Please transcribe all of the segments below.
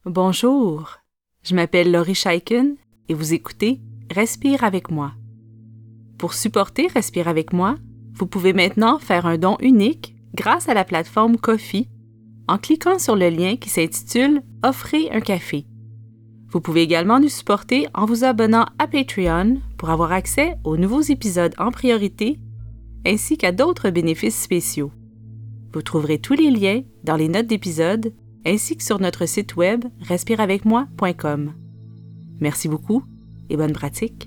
Bonjour, je m'appelle Laurie Scheiken et vous écoutez Respire avec moi. Pour supporter Respire avec moi, vous pouvez maintenant faire un don unique grâce à la plateforme Ko-fi en cliquant sur le lien qui s'intitule « Offrez un café ». Vous pouvez également nous supporter en vous abonnant à Patreon pour avoir accès aux nouveaux épisodes en priorité ainsi qu'à d'autres bénéfices spéciaux. Vous trouverez tous les liens dans les notes d'épisode ainsi que sur notre site web respireavecmoi.com. Merci beaucoup et bonne pratique.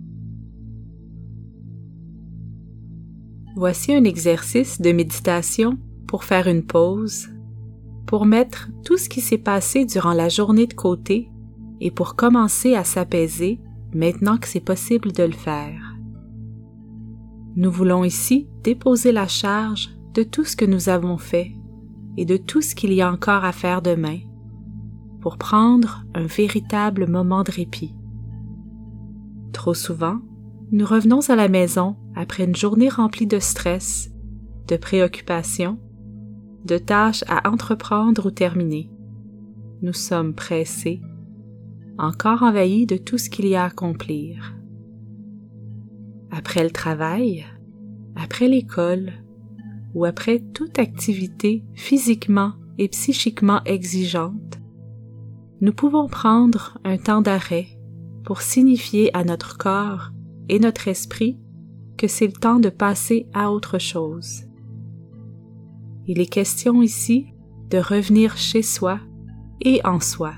Voici un exercice de méditation pour faire une pause, pour mettre tout ce qui s'est passé durant la journée de côté et pour commencer à s'apaiser maintenant que c'est possible de le faire. Nous voulons ici déposer la charge de tout ce que nous avons fait et de tout ce qu'il y a encore à faire demain pour prendre un véritable moment de répit. Trop souvent, nous revenons à la maison après une journée remplie de stress, de préoccupations, de tâches à entreprendre ou terminer. Nous sommes pressés, encore envahis de tout ce qu'il y a à accomplir. Après le travail, après l'école, ou après toute activité physiquement et psychiquement exigeante, nous pouvons prendre un temps d'arrêt pour signifier à notre corps et notre esprit que c'est le temps de passer à autre chose. Il est question ici de revenir chez soi et en soi.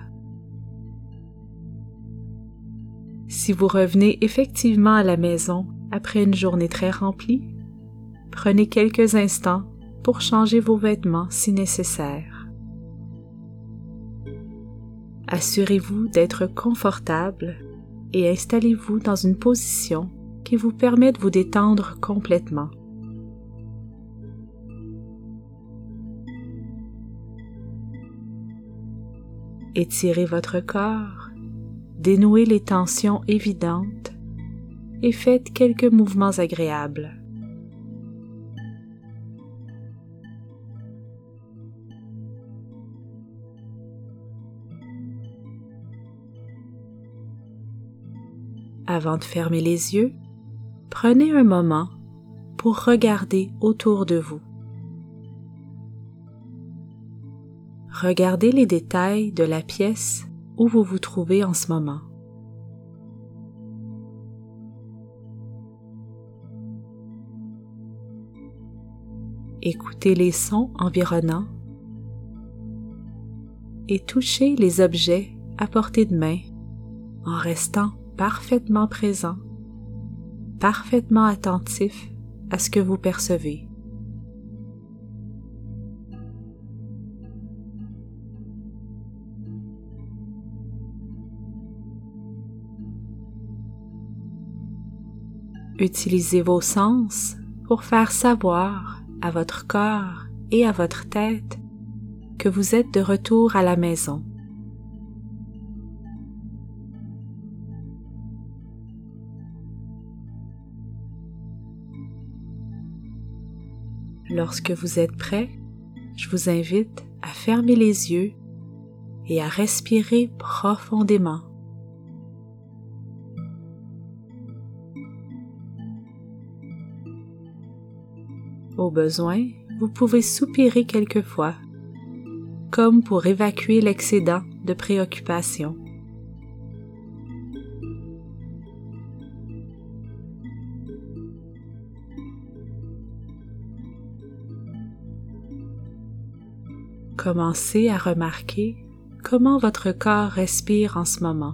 Si vous revenez effectivement à la maison après une journée très remplie, prenez quelques instants pour changer vos vêtements si nécessaire. Assurez-vous d'être confortable et installez-vous dans une position qui vous permet de vous détendre complètement. Étirez votre corps, dénouez les tensions évidentes et faites quelques mouvements agréables. Avant de fermer les yeux, prenez un moment pour regarder autour de vous. Regardez les détails de la pièce où vous vous trouvez en ce moment. Écoutez les sons environnants et touchez les objets à portée de main en restant parfaitement présent, parfaitement attentif à ce que vous percevez. Utilisez vos sens pour faire savoir à votre corps et à votre tête que vous êtes de retour à la maison. Lorsque vous êtes prêt, je vous invite à fermer les yeux et à respirer profondément. Au besoin, vous pouvez soupirer quelquefois, comme pour évacuer l'excédent de préoccupation. Commencez à remarquer comment votre corps respire en ce moment.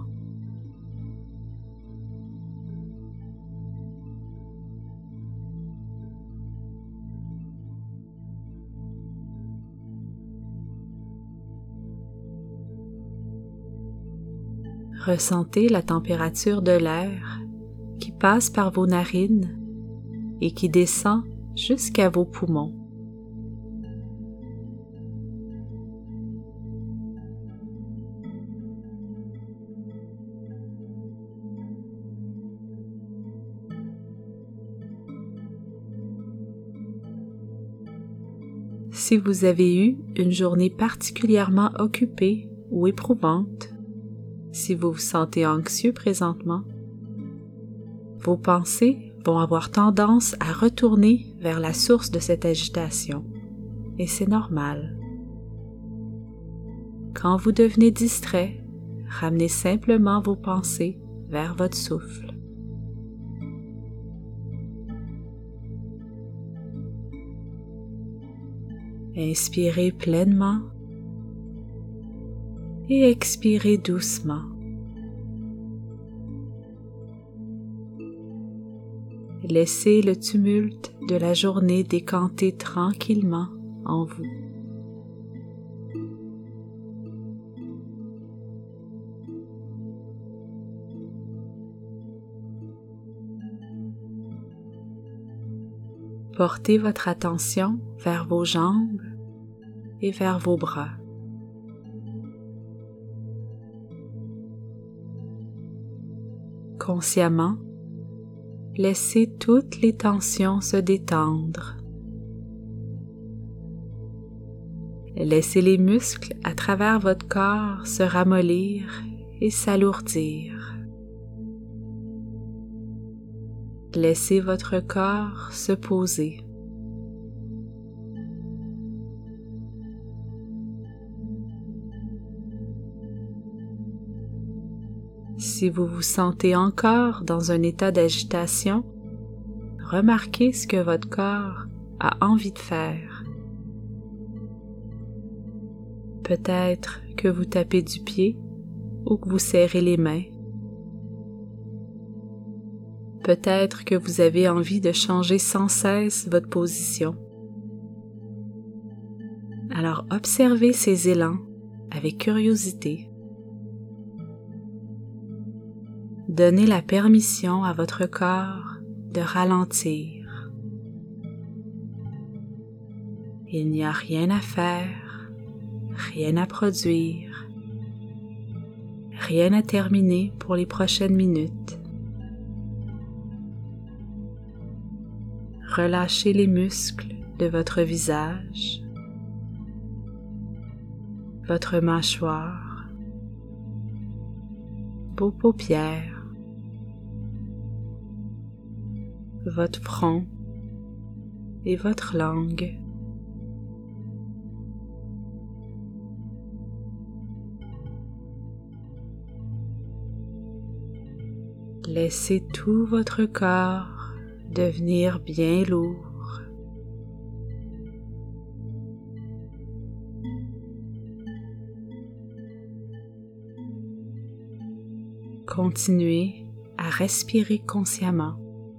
Ressentez la température de l'air qui passe par vos narines et qui descend jusqu'à vos poumons. Si vous avez eu une journée particulièrement occupée ou éprouvante, si vous vous sentez anxieux présentement, vos pensées vont avoir tendance à retourner vers la source de cette agitation, et c'est normal. Quand vous devenez distrait, ramenez simplement vos pensées vers votre souffle. Inspirez pleinement et expirez doucement. Laissez le tumulte de la journée décanter tranquillement en vous. Portez votre attention vers vos jambes et vers vos bras. Consciemment, laissez toutes les tensions se détendre. Laissez les muscles à travers votre corps se ramollir et s'alourdir. Laissez votre corps se poser. Si vous vous sentez encore dans un état d'agitation, remarquez ce que votre corps a envie de faire. Peut-être que vous tapez du pied ou que vous serrez les mains. Peut-être que vous avez envie de changer sans cesse votre position. Alors observez ces élans avec curiosité. Donnez la permission à votre corps de ralentir. Il n'y a rien à faire, rien à produire, rien à terminer pour les prochaines minutes. Relâchez les muscles de votre visage, votre mâchoire, vos paupières, votre front et votre langue. Laissez tout votre corps devenir bien lourd. Continuez à respirer consciemment.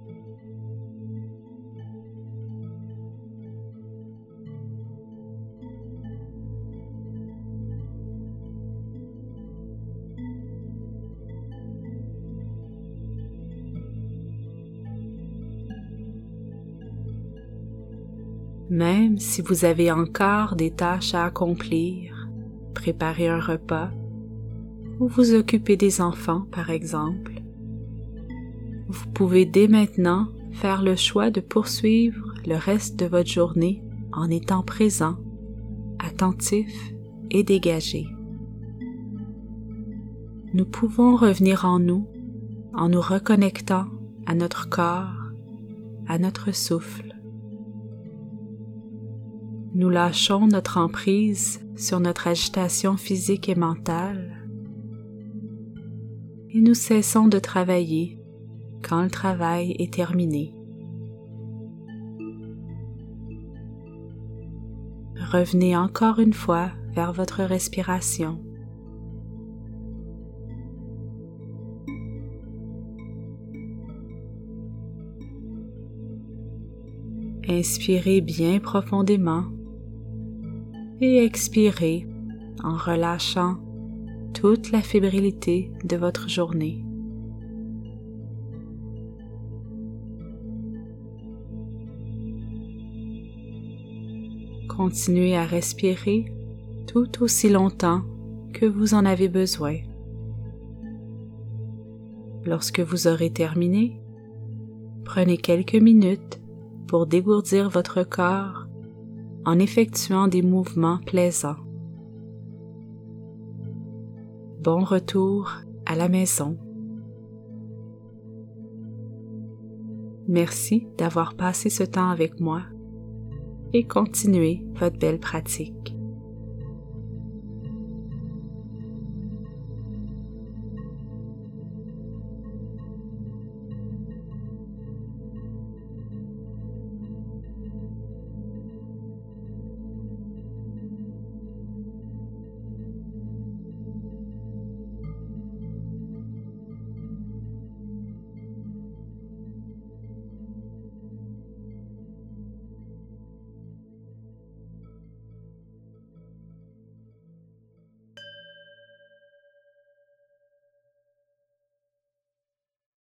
Même si vous avez encore des tâches à accomplir, préparer un repas ou vous occuper des enfants par exemple, vous pouvez dès maintenant faire le choix de poursuivre le reste de votre journée en étant présent, attentif et dégagé. Nous pouvons revenir en nous reconnectant à notre corps, à notre souffle. Nous lâchons notre emprise sur notre agitation physique et mentale et nous cessons de travailler quand le travail est terminé. Revenez encore une fois vers votre respiration. Inspirez bien profondément et expirez en relâchant toute la fébrilité de votre journée. Continuez à respirer tout aussi longtemps que vous en avez besoin. Lorsque vous aurez terminé, prenez quelques minutes pour dégourdir votre corps en effectuant des mouvements plaisants. Bon retour à la maison. Merci d'avoir passé ce temps avec moi et continuez votre belle pratique.